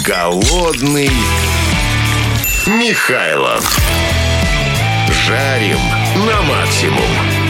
Голодный Михайлов. Жарим на максимум.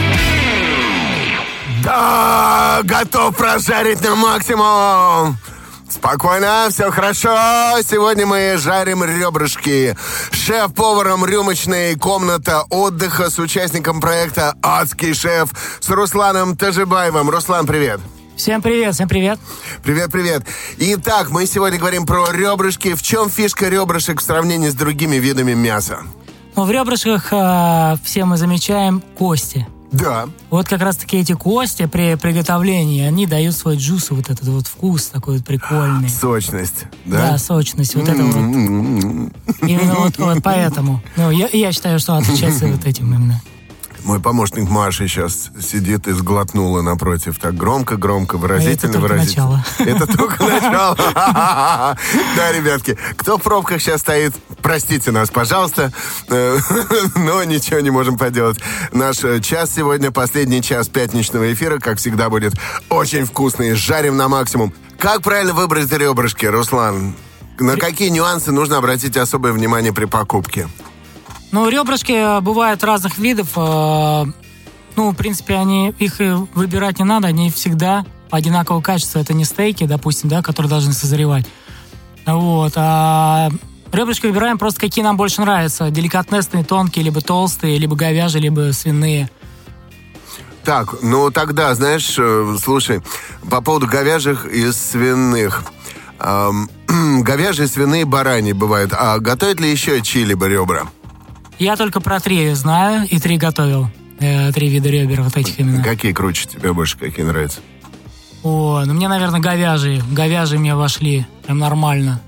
Да, готов прожарить на максимум. Спокойно, все хорошо. Сегодня мы жарим ребрышки. Шеф-поваром рюмочной «Комната отдыха» с участником проекта «Адский шеф» с Русланом Тажибаевым. Руслан, привет. Всем привет, всем привет. Привет. Итак, мы сегодня говорим про ребрышки. В чем фишка ребрышек в сравнении с другими видами мяса? Ну, в ребрышках все мы замечаем кости. Да. Вот как раз-таки эти кости при приготовлении, они дают свой джус, вот этот вот вкус такой вот прикольный. Сочность, да? Да, сочность. Вот это вот. Именно вот поэтому. Ну, я считаю, что отличается вот этим именно. Мой помощник Маша сейчас сидит и сглотнула напротив. Так громко, выразительно. Это только начало. Да, ребятки, кто в пробках сейчас стоит, простите нас, пожалуйста, но ничего не можем поделать. Наш час сегодня, последний час пятничного эфира, как всегда, будет очень вкусный. Жарим на максимум. Как правильно выбрать ребрышки, Руслан? На какие нюансы нужно обратить особое внимание при покупке? Ну, ребрышки бывают разных видов. Ну, в принципе, их выбирать не надо. Они всегда одинакового качества. Это не стейки, допустим, да, которые должны созревать. Вот. А ребрышки выбираем просто, какие нам больше нравятся. Деликатесные, тонкие, либо толстые, либо говяжьи, либо свиные. Так, ну тогда, знаешь, слушай, по поводу говяжьих и свиных. Говяжьи, свиные, бараньи бывают. А готовят ли еще чьи-либо ребра? Я только про 3 знаю, и 3 готовил. 3 вида ребер вот этих именно. Какие круче тебе больше, какие нравятся? Ну мне, наверное, говяжьи. Говяжьи мне вошли прям нормально.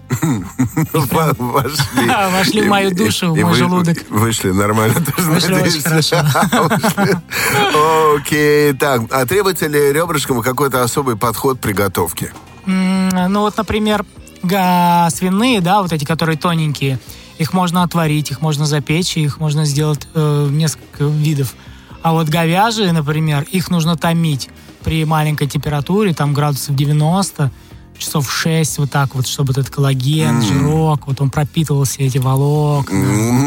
Вошли в мою душу, в мой желудок. Вышли нормально, тоже очень хорошо. Окей, так, а требуется ли ребрышкам какой-то особый подход при готовке? Ну вот, например, свиные, да, вот эти, которые тоненькие, их можно отварить, их можно запечь, их можно сделать несколько видов. А вот говяжьи, например, их нужно томить при маленькой температуре, там градусов 90, часов 6, вот так вот, чтобы этот коллаген, жирок, вот он пропитывал все эти волокна.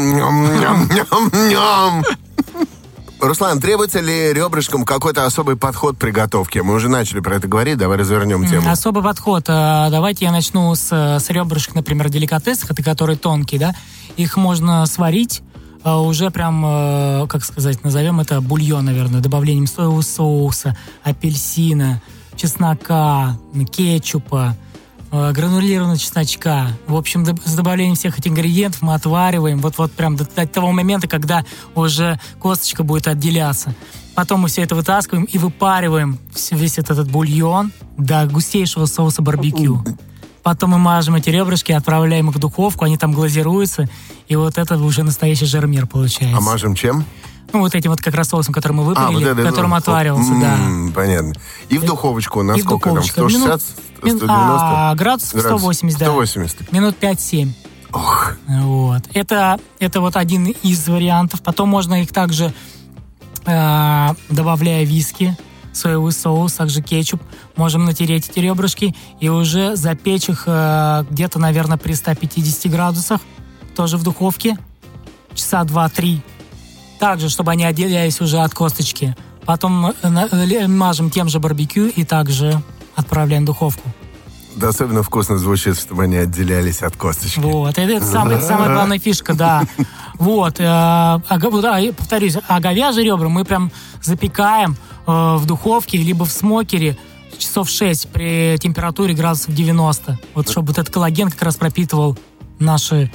Руслан, требуется ли ребрышкам какой-то особый подход при готовке? Мы уже начали про это говорить, давай развернем тему. Особый подход. Давайте я начну с ребрышек, например, деликатесных, это которые тонкие, да? Их можно сварить уже прям, как сказать, назовем это бульон, наверное, добавлением соевого соуса, апельсина, чеснока, кетчупа, гранулированного чесночка. В общем, с добавлением всех этих ингредиентов мы отвариваем вот прям до того момента, когда уже косточка будет отделяться. Потом мы все это вытаскиваем и выпариваем весь этот бульон до густейшего соуса барбекю. Потом мы мажем эти ребрышки, отправляем их в духовку, они там глазируются, и вот это уже настоящий жармир получается. А мажем чем? Ну, вот этим вот как раз соусом, который мы выпарили, вот которым отваривался, да. Понятно. И в духовочку на сколько там? 160, 190? Градусов 180, да. 180. Минут 5-7. Ох. Вот. Это вот один из вариантов. Потом можно их также, добавляя виски, соевый соус, также кетчуп, можем натереть эти ребрышки и уже запечь их где-то, наверное, при 150 градусах, тоже в духовке, часа 2-3. Также, чтобы они отделялись уже от косточки. Потом мажем тем же барбекю и также отправляем в духовку. Да, особенно вкусно звучит, чтобы они отделялись от косточки. Вот, это самая главная фишка, да. Вот, повторюсь, а говяжьи ребра мы прям запекаем в духовке, либо в смокере часов 6 при температуре градусов 90. Вот, чтобы вот этот коллаген как раз пропитывал наши...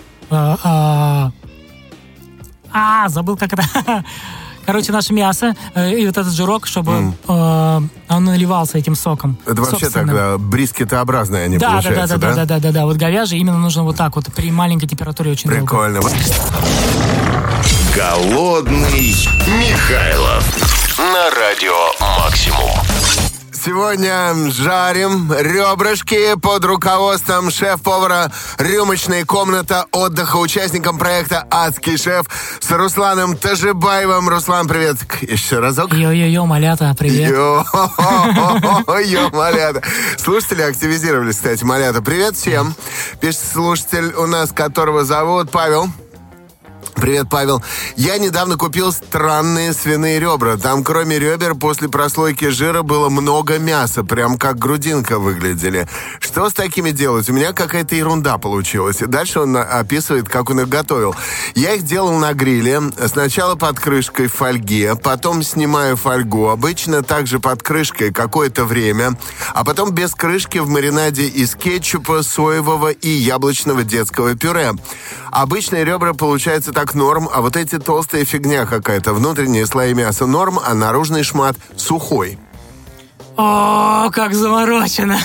забыл, как это... Короче, наше мясо и вот этот жирок, чтобы он наливался этим соком. Это вообще тогда брискетообразные они получаются, да? Да. Вот говяжьи именно нужно вот так вот при маленькой температуре очень долго. Прикольно. Голодный Михайлов на радио «Максимум». Сегодня жарим ребрышки под руководством шеф-повара «Рюмочная комната отдыха», участником проекта «Адский шеф» с Русланом Тажибаевым. Руслан, привет. Еще разок. Йо-йо-йо, малята, привет. Йо-йо, малята. Слушатели активизировались, кстати, малята. Привет всем. Пишет слушатель у нас, которого зовут Павел. Привет, Павел. Я недавно купил странные свиные ребра. Там, кроме ребер, после прослойки жира было много мяса. Прям как грудинка выглядели. Что с такими делать? У меня какая-то ерунда получилась. И дальше он описывает, как он их готовил. Я их делал на гриле. Сначала под крышкой в фольге. Потом снимаю фольгу. Обычно также под крышкой какое-то время. А потом без крышки в маринаде из кетчупа, соевого и яблочного детского пюре. Обычные ребра получаются так норм, а вот эти толстая фигня какая-то. Внутренние слои мяса норм, а наружный шмат сухой. О, как заморочено.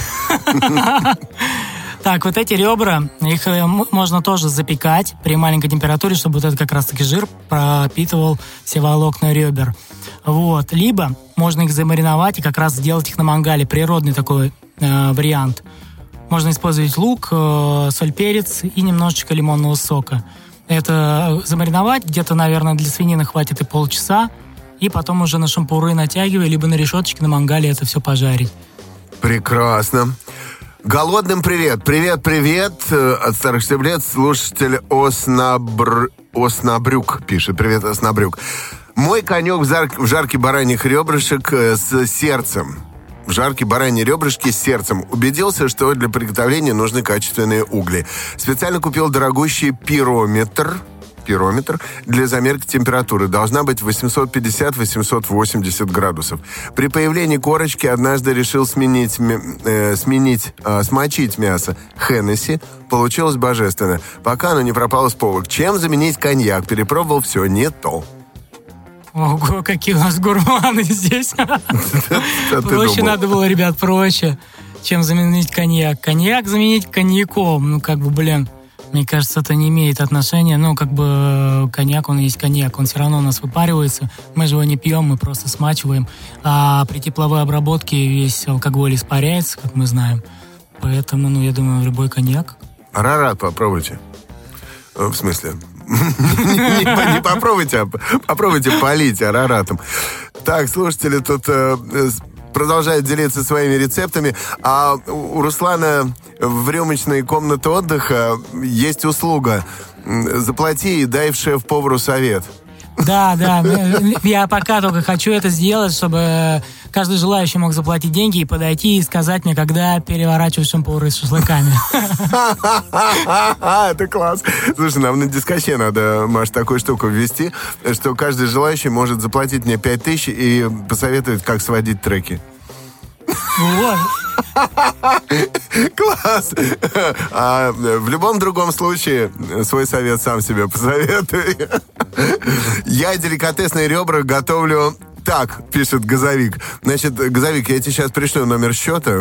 Так, вот эти ребра, их можно тоже запекать при маленькой температуре, чтобы вот этот как раз-таки жир пропитывал все волокна ребер. Вот. Либо можно их замариновать и как раз сделать их на мангале. Природный такой вариант. Можно использовать лук, соль, перец и немножечко лимонного сока. Это замариновать где-то, наверное, для свинины хватит и полчаса. И потом уже на шампуры натягивая, либо на решеточке на мангале это все пожарить. Прекрасно. Голодным привет. Привет от старых стеблет. Слушатель Оснабрюк пишет. Привет, Оснабрюк. Мой конек в жарке бараньих ребрышек с сердцем. В жарке бараньи ребрышки с сердцем. Убедился, что для приготовления нужны качественные угли. Специально купил дорогущий пирометр для замерки температуры. Должна быть 850-880 градусов. При появлении корочки однажды решил смочить мясо Хеннесси. Получилось божественно. Пока оно не пропало с полок. Чем заменить коньяк? Перепробовал все, не то. Ого, какие у нас гурманы здесь. Проще надо было, ребят, проще, чем заменить коньяк. Коньяк заменить коньяком. Ну, как бы, мне кажется, это не имеет отношения. Ну, как бы, коньяк, он есть коньяк. Он все равно у нас выпаривается. Мы же его не пьем, мы просто смачиваем. А при тепловой обработке весь алкоголь испаряется, как мы знаем. Поэтому, я думаю, любой коньяк. Арарат попробуйте. В смысле... Не попробуйте, а попробуйте полить араратом. Так, слушатели тут продолжают делиться своими рецептами. А у Руслана в рюмочной комнате отдыха есть услуга. Заплати и дай в шеф-повару совет. Да, я пока только хочу это сделать, чтобы каждый желающий мог заплатить деньги и подойти и сказать мне, когда переворачивать шампуры с шашлыками. Это класс. Слушай, нам на дискосе надо, Маш, такую штуку ввести, что каждый желающий может заплатить мне 5000 и посоветовать, как сводить треки. Вот. Класс! А в любом другом случае свой совет сам себе посоветуй. Я деликатесные ребра готовлю так, пишет Газовик. Значит, Газовик, я тебе сейчас пришлю номер счета.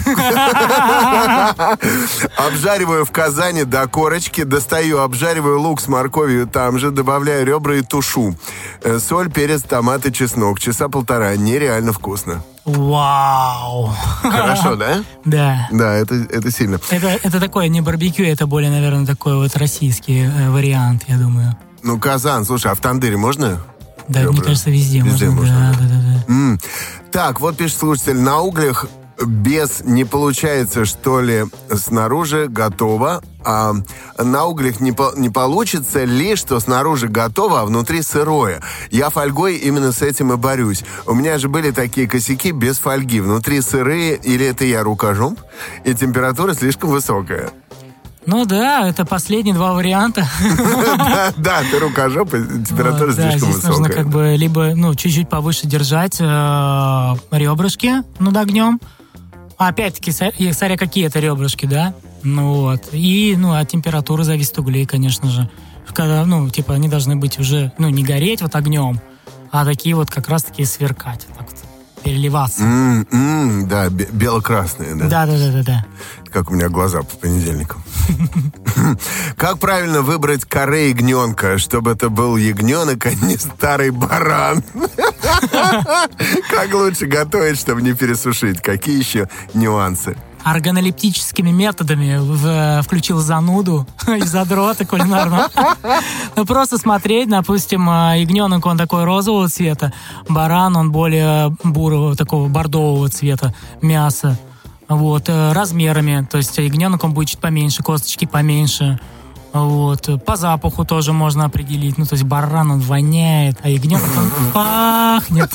Обжариваю в казане до корочки, достаю, обжариваю лук с морковью там же, добавляю ребра и тушу. Соль, перец, томат и чеснок. Часа полтора. Нереально вкусно. Вау! Хорошо, да? Да. Да, это сильно. Это такое не барбекю, это более, наверное, такой вот российский вариант, я думаю. Ну, казан, слушай, а в тандыре можно? Да, мне кажется, везде можно. Да. Так, вот пишет слушатель, на углях без не получается, что ли, снаружи готово, а на углях не получится ли, что снаружи готово, а внутри сырое. Я фольгой именно с этим и борюсь. У меня же были такие косяки без фольги. Внутри сырые, или это я рукожоп, и температура слишком высокая. Ну да, это последние два варианта. Да, ты рукожоп, и температура слишком высокая. Нужно как бы либо чуть-чуть повыше держать ребрышки над огнем. Опять-таки, смотря какие это ребрышки, да? И, от температуры зависит углей, конечно же. Когда, они должны быть уже, не гореть вот огнем, а такие вот как раз-таки сверкать. Так вот, переливаться. Да, бело-красные, да? Да. Как у меня глаза по понедельникам. Как правильно выбрать каре ягненка, чтобы это был ягненок, а не старый баран? Как лучше готовить, чтобы не пересушить? Какие еще нюансы? Органолептическими методами включил зануду и задрота кулинарного. Ну, просто смотреть, допустим, ягненок, он такой розового цвета, баран, он более бурого, такого бордового цвета мяса. Вот, размерами, то есть ягненок, он будет чуть поменьше, косточки поменьше. Вот, по запаху тоже можно определить. Ну, то есть баран, он воняет, а ягненок, он пахнет.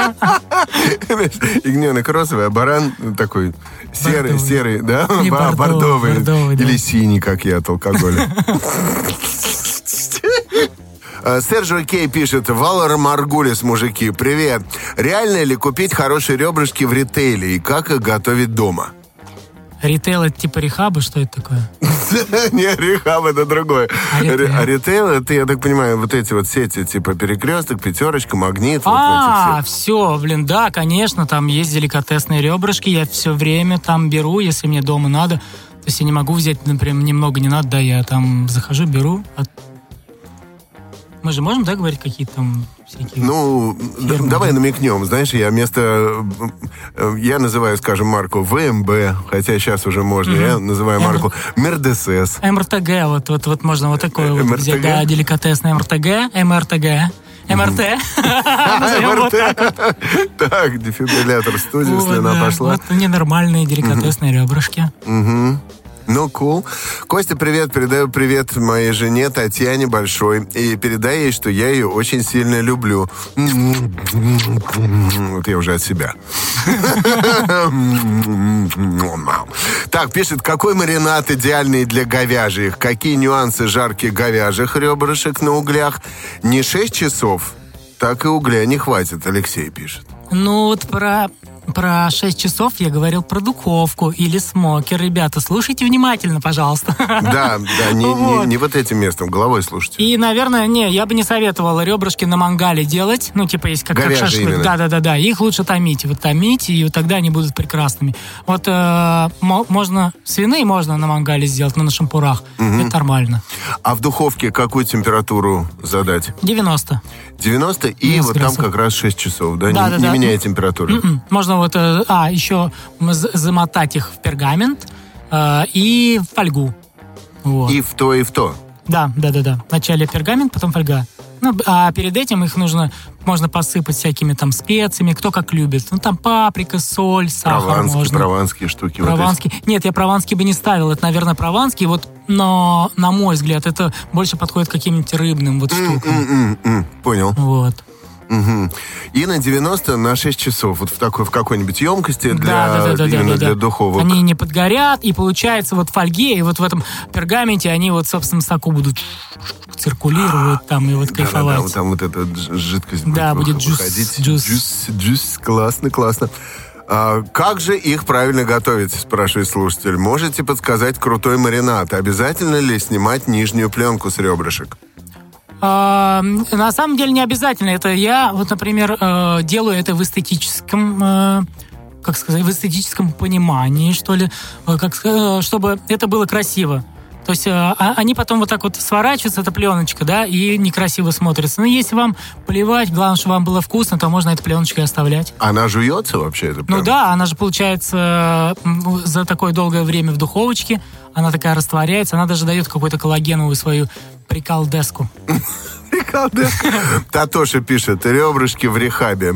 Ягненок розовый, а баран такой серый, да? Бордовый. Или синий, как я, от алкоголя. Серджио Кей пишет: Валер Маргулис, мужики, привет. Реально ли купить хорошие ребрышки в ритейле и как их готовить дома? Ритейл — это типа рехаба? Что это такое? Не, рехаб — это другое. А ритейл — это, я так понимаю, вот эти вот сети, типа Перекресток, Пятерочка, Магнит. Все, да, конечно, там есть деликатесные ребрышки, я все время там беру, если мне дома надо. То есть я не могу взять, например, мне много не надо, да, я там захожу, беру. Мы же можем, да, говорить какие-то там всякие... Ну, давай намекнем. Знаешь, я называю, скажем, марку ВМБ, хотя сейчас уже можно. Я называю марку Мердесес. МРТГ, вот можно вот такое вот взять. Да, деликатесное МРТГ, МРТГ. МРТ. Так, дефибриллятор в студии, слюна пошла. Вот ненормальные деликатесные ребрышки. Ну, cool. Костя, привет. Передаю привет моей жене Татьяне большой. И передай ей, что я ее очень сильно люблю. Вот я уже от себя. Так, пишет: какой маринад идеальный для говяжьих? Какие нюансы жарки говяжьих ребрышек на углях? Не 6 часов, так и угля не хватит, Алексей пишет. Ну, вот про 6 часов я говорил про духовку или смокер. Ребята, слушайте внимательно, пожалуйста. Да, не вот этим местом, головой слушайте. И, наверное, я бы не советовала ребрышки на мангале делать. Ну, типа, есть как шашлык. Да. Их лучше томить. Вот томить, и тогда они будут прекрасными. Вот можно, свиные можно на мангале сделать, но на шампурах. Это нормально. А в духовке какую температуру задать? 90. 90, и вот там как раз 6 часов, да? Не меняя температуру. Можно еще замотать их в пергамент и в фольгу. Вот. И в то, и в то? Да. Вначале пергамент, потом фольга. Ну, а перед этим их можно посыпать всякими там специями, кто как любит. Ну, там паприка, соль, сахар можно. Прованские штуки. Прованские. Вот нет, я прованские бы не ставил. Это, наверное, прованские. Вот, но, на мой взгляд, это больше подходит к каким-нибудь рыбным вот штукам. Понял. Вот. И на 90 на 6 часов вот в какой-нибудь емкости для духовок. Они не подгорят, и получается вот в фольге и вот в этом пергаменте они вот в собственном соку будут циркулировать там и вот кайфовать. Да, там вот эта жидкость будет выходить. Джус. Классно. Как же их правильно готовить, спрашивает слушатель. Можете подсказать крутой маринад? Обязательно ли снимать нижнюю пленку с ребрышек? На самом деле не обязательно. Это я, вот, например, делаю это в эстетическом, в эстетическом понимании, что ли, чтобы это было красиво. То есть они потом вот так вот сворачиваются, эта пленочка, да, и некрасиво смотрятся. Но если вам плевать, главное, чтобы вам было вкусно, то можно этой пленочкой оставлять. Она жуется вообще? Это Ну да, она же получается за такое долгое время в духовочке, она такая растворяется, она даже дает какую-то коллагеновую свою приколдеску. Приколдеску. Татоша пишет: ребрышки в рехабе.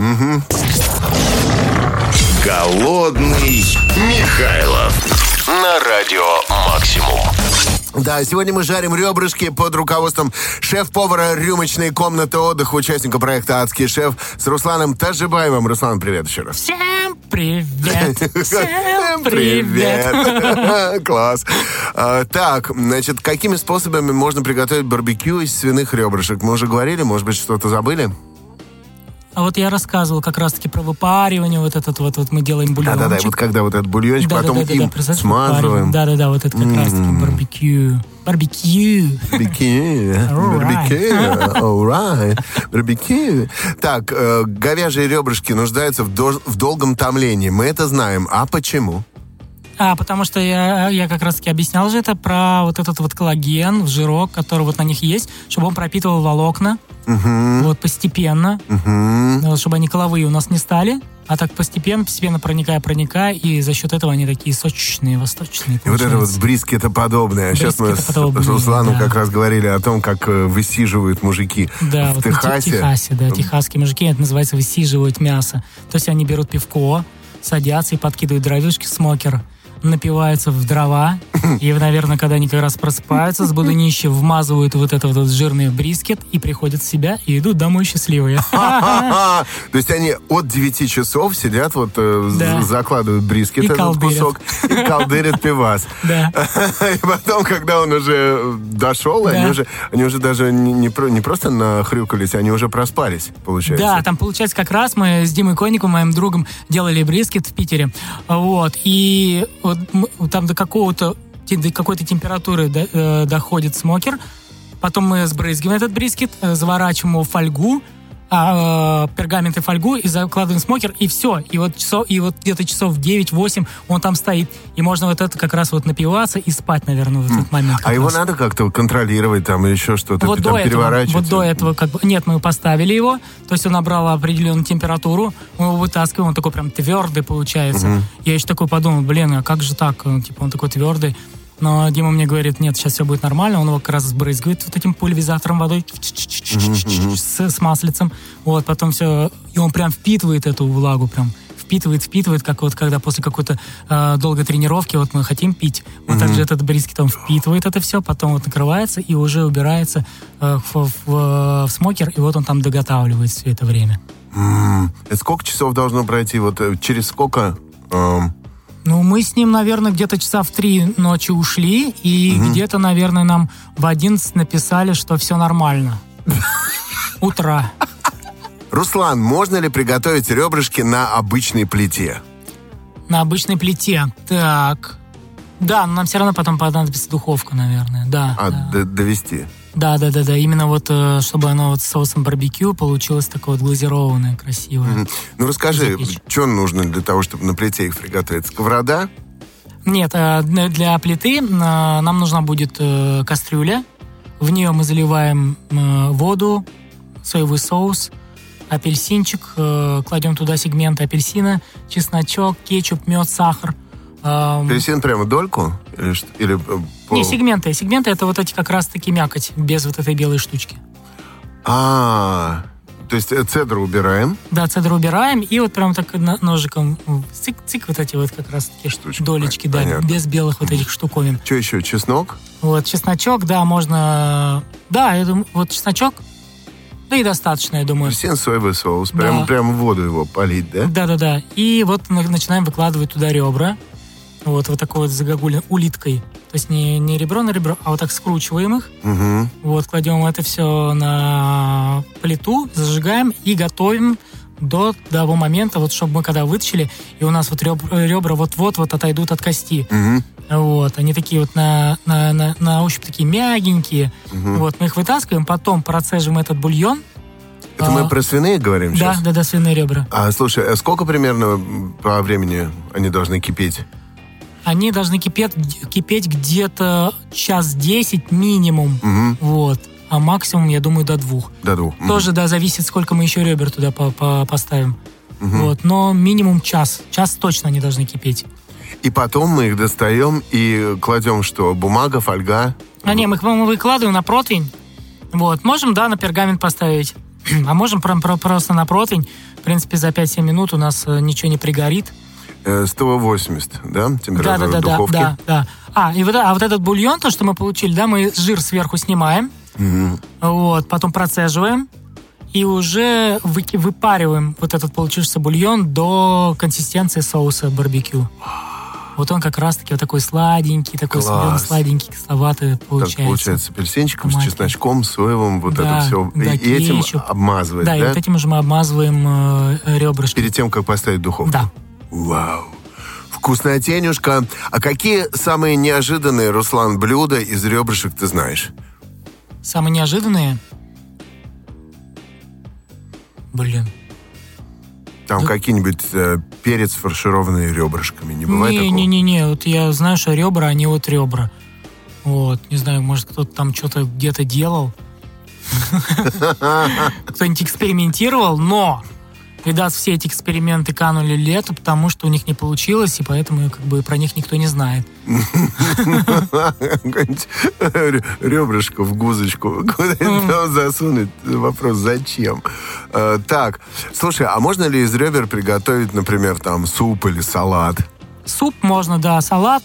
Голодный Михайлов на радио Максимум. Да, сегодня мы жарим ребрышки под руководством шеф-повара рюмочной комнаты отдыха, участника проекта «Адский шеф» с Русланом Тажибаевым. Руслан, привет еще раз. Всем привет! Всем привет! Класс. Так, значит, какими способами можно приготовить барбекю из свиных ребрышек? Мы уже говорили, может быть, что-то забыли? А вот я рассказывал как раз-таки про выпаривание, вот этот вот мы делаем бульончик. Да, вот когда вот этот бульончик, потом им смазываем. Да, вот это как раз-таки барбекю. Барбекю. Так, говяжьи ребрышки нуждаются в долгом томлении. Мы это знаем. А почему? Потому что я как раз-таки объяснял же это про вот этот вот коллаген, жирок, который вот на них есть, чтобы он пропитывал волокна. вот постепенно, чтобы они коловые у нас не стали. А так постепенно проникая, и за счет этого они такие сочные, восточные. И вот это вот брискетоподобное. А сейчас мы с Русланом как раз говорили о том, как высиживают мужики в Техасе. В Техасе, да, техасские мужики, это называется высиживать мясо. То есть они берут пивко, садятся и подкидывают дровишки в смокер, напиваются в дрова, и, наверное, когда они как раз просыпаются с будунища, вмазывают вот этот вот жирный брискет и приходят в себя и идут домой счастливые. То есть они от 9 часов сидят, вот закладывают брискет, этот кусок, и колдырят пивас. И потом, когда он уже дошел, они уже даже не просто нахрюкались, они уже проспались, получается. Да, там, получается, как раз мы с Димой Конниковым, моим другом, делали брискет в Питере. Вот, и там до какой-то температуры доходит смокер. Потом мы сбрызгиваем этот брискет, заворачиваем его в фольгу, пергамент и фольгу, и закладываем смокер, и все. И вот где-то часов 9-8 он там стоит. И можно вот это как раз вот напиваться и спать, наверное, в этот момент. А его надо как-то контролировать, там еще что-то, вот там переворачивать? Вот до этого нет, мы поставили его, то есть он набрал определенную температуру, мы его вытаскиваем, он такой прям твердый получается. Я еще такой подумал, а как же так? Типа он такой твердый. Но Дима мне говорит, нет, сейчас все будет нормально. Он его как раз сбрызгивает вот этим пульверизатором водой с маслицем. Вот, потом все... И он прям впитывает эту влагу, прям впитывает, как вот когда после какой-то долгой тренировки вот мы хотим пить. Вот так же этот брискет, он впитывает это все, потом вот накрывается и уже убирается в смокер, и вот он там доготавливает все это время. Сколько часов должно пройти? Вот через сколько... Мы с ним, наверное, где-то часа в 3 ночи ушли, и где-то, наверное, нам в 11 написали, что все нормально. Утра. Руслан, можно ли приготовить ребрышки на обычной плите? На обычной плите? Так. Да, но нам все равно потом понадобится духовка, наверное. Да. Довести? Да. Именно вот, чтобы оно вот с соусом барбекю получилось такое вот глазированное, красивое. Расскажи, что нужно для того, чтобы на плите их приготовить? Сковорода? Нет, для плиты нам нужна будет кастрюля. В нее мы заливаем воду, соевый соус, апельсинчик, кладем туда сегменты апельсина, чесночок, кетчуп, мед, сахар. Апельсин прямо дольку? Или Не, сегменты. Сегменты — это вот эти как раз-таки мякоть, без вот этой белой штучки. То есть цедру убираем? Да, цедру убираем, и вот прям так ножиком цик-цик вот эти вот как раз-таки штучки, долечки, понятно. Без белых вот этих штуковин. Что еще? Чеснок? Вот, чесночок, да, можно... Да, я думаю, вот чесночок, да и достаточно, я думаю. Апельсин, соевый соус, прямо в воду его полить, да? Да. И вот начинаем выкладывать туда ребра. Вот такой вот загогулин улиткой. То есть не ребро на ребро, а вот так скручиваем их. Вот, кладем это все на плиту, зажигаем и готовим до того момента, вот, чтобы мы когда вытащили, и у нас вот ребра вот-вот отойдут от кости. Вот, они такие вот на ощупь такие мягенькие. Вот, мы их вытаскиваем, потом процежим этот бульон. Это мы про свиные говорим сейчас? Да, свиные ребра. Слушай, а сколько примерно по времени они должны кипеть? Они должны кипеть где-то 1:10 минимум. Вот. А максимум, я думаю, до 2. До 2. Тоже, да, зависит, сколько мы еще ребер туда поставим. Вот. Но минимум час. Час точно они должны кипеть. И потом мы их достаем и кладем что? Бумага, фольга? Не, мы выкладываем на противень. Вот. Можем, да, на пергамент поставить. А можем просто на противень. В принципе, за 5-7 минут у нас ничего не пригорит. 180, да? Температура духовки? Да. Вот этот бульон, то, что мы получили, да, мы жир сверху снимаем, вот, потом процеживаем и уже выпариваем вот этот получившийся бульон до консистенции соуса барбекю. Вот он как раз-таки вот такой сладенький, такой сладенький, кисловатый получается. Так получается с апельсинчиком, с чесночком, соевым, вот это все. И этим обмазывать, да? Да, и вот этим же мы обмазываем ребрышки. Перед тем, как поставить в духовку? Да. Вау. Вкуснотенюшка. А какие самые неожиданные, Руслан, блюда из ребрышек ты знаешь? Самые неожиданные? Там какие-нибудь перец, фаршированные ребрышками, не бывает такого? Не. Вот я знаю, что ребра, они вот ребра. Вот, не знаю, может, кто-то там что-то где-то делал. кто-нибудь экспериментировал, но, видать, все эти эксперименты канули в лету, потому что у них не получилось, и поэтому как бы про них никто не знает. Ребрышко в гузочку куда-нибудь засунуть. Вопрос, зачем? Так, слушай, а можно ли из ребер приготовить, например, там суп или салат? Суп можно, да, салат,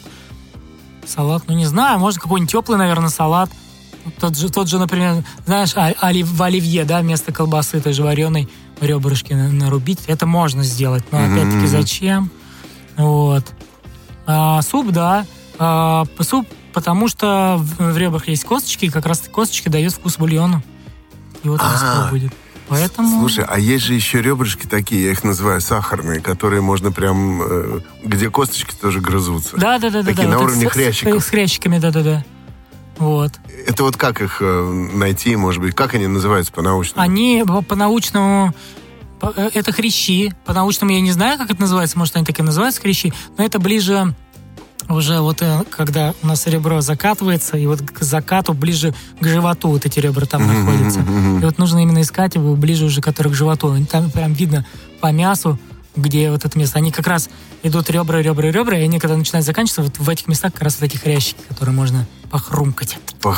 ну не знаю, можно какой-нибудь теплый, наверное, салат. Тот же, например, знаешь, в оливье, да, вместо колбасы той же вареной ребрышки нарубить. Это можно сделать, но опять-таки зачем? Вот. Суп, да. Суп, потому что в ребрах есть косточки, и как раз косточки дают вкус бульону. И вот он будет. Поэтому... Слушай, а есть же еще ребрышки такие, я их называю сахарные, которые можно прям, где косточки тоже грызутся. Да. Такие на уровне хрящиков. С хрящиками, да. Вот. Это вот как их найти, может быть? Как они называются по-научному? Они по-научному... Это хрящи. По-научному я не знаю, как это называется. Может, они так и называются, хрящи. Но это ближе уже вот когда у нас ребро закатывается, и вот к закату ближе к животу вот эти ребра там находятся. И вот нужно именно искать его ближе уже, который к животу. Там прям видно по мясу, где вот это место. Они как раз идут ребра, и они когда начинают заканчиваться, вот в этих местах как раз вот эти хрящики, которые можно похрумкать.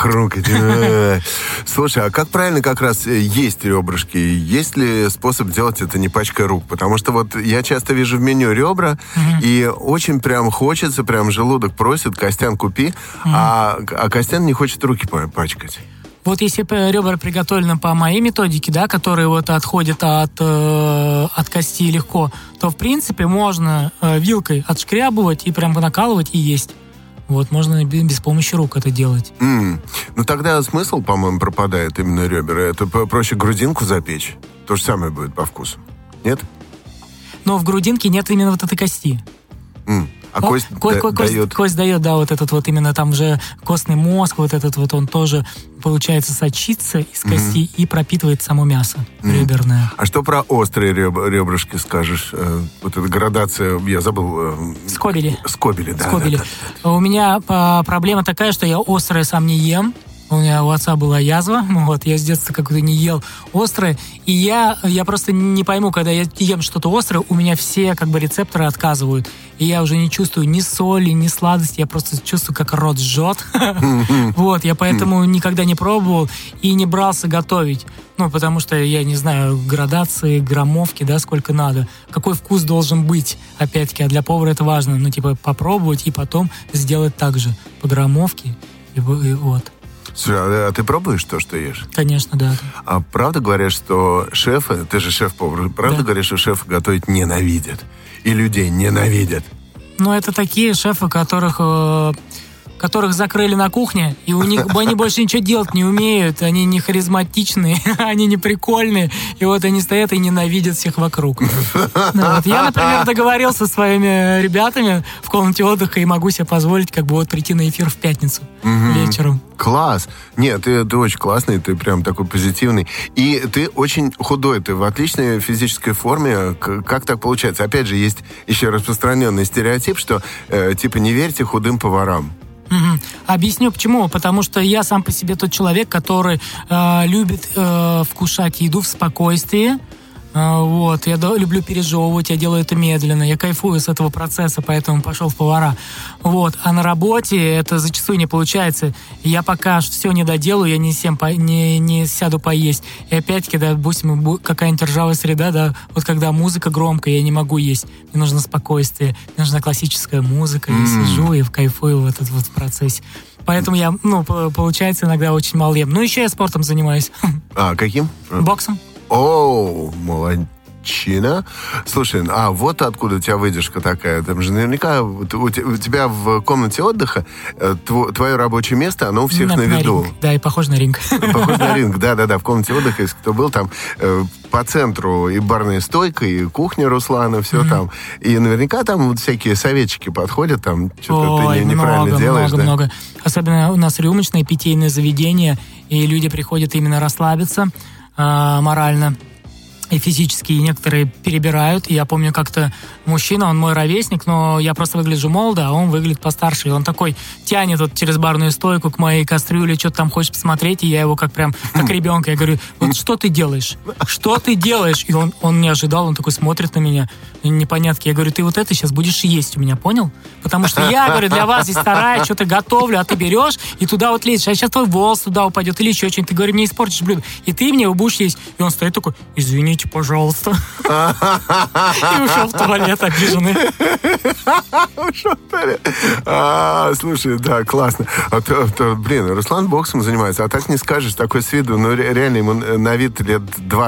Слушай, а как правильно как раз есть ребрышки? Есть ли способ делать это не пачкая рук? Потому что вот я часто вижу в меню ребра, и очень прям хочется, прям желудок просит, Костян, купи, а Костян не хочет руки пачкать. Вот если ребра приготовлены по моей методике, да, которые вот отходят от кости легко, то, в принципе, можно вилкой отшкрябывать и прям накалывать и есть. Вот, можно без помощи рук это делать. Ну, тогда смысл, по-моему, пропадает именно ребра. Это проще грудинку запечь. То же самое будет по вкусу. Нет? Но в грудинке нет именно вот этой кости. А кость дает? Кость дает, да, вот этот вот именно там же костный мозг, вот этот вот он тоже, получается, сочится из кости и пропитывает само мясо реберное. А что про острые ребрышки скажешь? Вот эта градация, я забыл. Скобели, да. Да. У меня проблема такая, что я острое сам не ем. У меня у отца была язва, вот, я с детства как-то не ел острое, и я просто не пойму, когда я ем что-то острое, у меня все как бы рецепторы отказывают, и я уже не чувствую ни соли, ни сладости, я просто чувствую, как рот жжет, вот, я поэтому никогда не пробовал и не брался готовить, ну, потому что я не знаю градации, граммовки, да, сколько надо, какой вкус должен быть, опять-таки, а для повара это важно, ну, типа, попробовать и потом сделать так же, по граммовке, и вот. Слушай, а ты пробуешь то, что ешь? Конечно, да. А правда говорят, что шефы, ты же шеф-повар, правда говорят, что шефы готовить ненавидят? И людей ненавидят? Ну, это такие шефы, которых закрыли на кухне, и у них они больше ничего делать не умеют, они не харизматичные, они не прикольные, и вот они стоят и ненавидят всех вокруг. Я, например, договорился со своими ребятами в комнате отдыха и могу себе позволить как бы вот прийти на эфир в пятницу вечером. Класс! Нет, ты очень классный, ты прям такой позитивный. И ты очень худой, ты в отличной физической форме. Как так получается? Опять же, есть еще распространенный стереотип, что типа не верьте худым поварам. Объясню почему. Потому что я сам по себе тот человек, который любит вкушать еду в спокойствии. Вот, я люблю пережевывать, я делаю это медленно, я кайфую с этого процесса, поэтому пошел в повара. Вот, а на работе это зачастую не получается. Я пока все не доделаю, я не сяду поесть. И опять-таки, да, допустим, какая-нибудь ржавая среда, да, вот когда музыка громкая, я не могу есть. Мне нужно спокойствие, мне нужна классическая музыка, я сижу и кайфую в этот вот процессе. Поэтому я, получается, иногда очень мало ем. Ну, еще я спортом занимаюсь. А, каким? Боксом. О, молодчина. Слушай, вот откуда у тебя выдержка такая. Там же наверняка у тебя в комнате отдыха твое рабочее место, оно у всех на виду. Ринг. Да, и похоже на ринг. Похоже на ринг, да. В комнате отдыха, если кто был там, по центру и барная стойка, и кухня Руслана, все там. И наверняка там вот всякие советчики подходят, там что-то ты неправильно делаешь. Много. Особенно у нас рюмочное питейное заведение, и люди приходят именно расслабиться морально. и физически, и некоторые перебирают. И я помню, как-то мужчина, он мой ровесник, но я просто выгляжу молодо, а он выглядит постарше. И он такой тянет вот через барную стойку к моей кастрюле, что-то там хочет посмотреть, и я его как ребенка. Я говорю, вот что ты делаешь? Что ты делаешь? И он не ожидал, он такой смотрит на меня, непонятки. Я говорю, ты вот это сейчас будешь есть у меня, понял? Потому что я, говорю, для вас здесь стараюсь, что-то готовлю, а ты берешь и туда вот лезешь. А сейчас твой волос туда упадет или еще что-нибудь. Ты, говорю, мне испортишь блюдо. И ты мне его будешь есть. И он стоит такой, извините, пожалуйста. И ушел в туалет обиженный. Ушел в туалет. Слушай, да, классно. Блин, Руслан боксом занимается, а так не скажешь, такой с виду, ну, реально ему на вид лет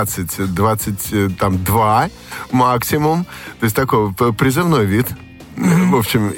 22 максимум. То есть такой призывной вид. В общем,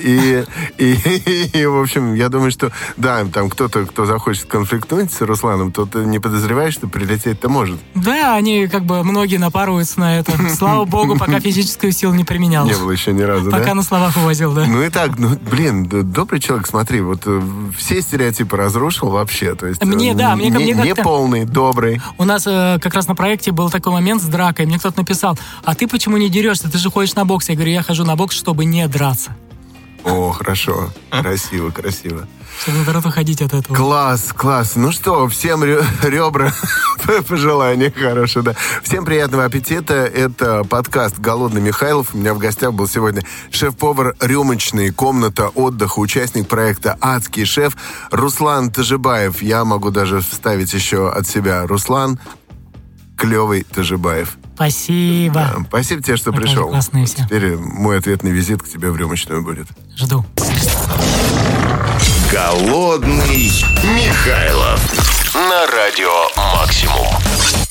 в общем, я думаю, что да, там кто-то, кто захочет конфликтовать с Русланом, тот не подозревает, что прилететь-то может. Да, они как бы многие напарываются на это. Слава богу, пока физическую силу не применял. Не было еще ни разу, пока на словах увозил, да. Ну и так, блин, добрый человек, смотри, вот все стереотипы разрушил вообще, то есть мне не полный, добрый. У нас как раз на проекте был такой момент с дракой, мне кто-то написал, а ты почему не дерешься, ты же ходишь на бокс. Я говорю, я хожу на бокс, чтобы не драться. О, хорошо. Красиво. Чтобы наоборот уходить от этого. Класс. Ну что, всем ребра пожелания хорошие, да. Всем приятного аппетита. Это подкаст «Голодный Михайлов». У меня в гостях был сегодня шеф-повар рюмочной, комната отдыха, участник проекта «Адский шеф» Руслан Тажибаев. Я могу даже вставить еще от себя Руслан Клевый Тажибаев. Спасибо. Да, спасибо тебе, что пришел. Классные все. Теперь мой ответный визит к тебе в рюмочную будет. Жду. Голодный Михайлов на радио «Максимум».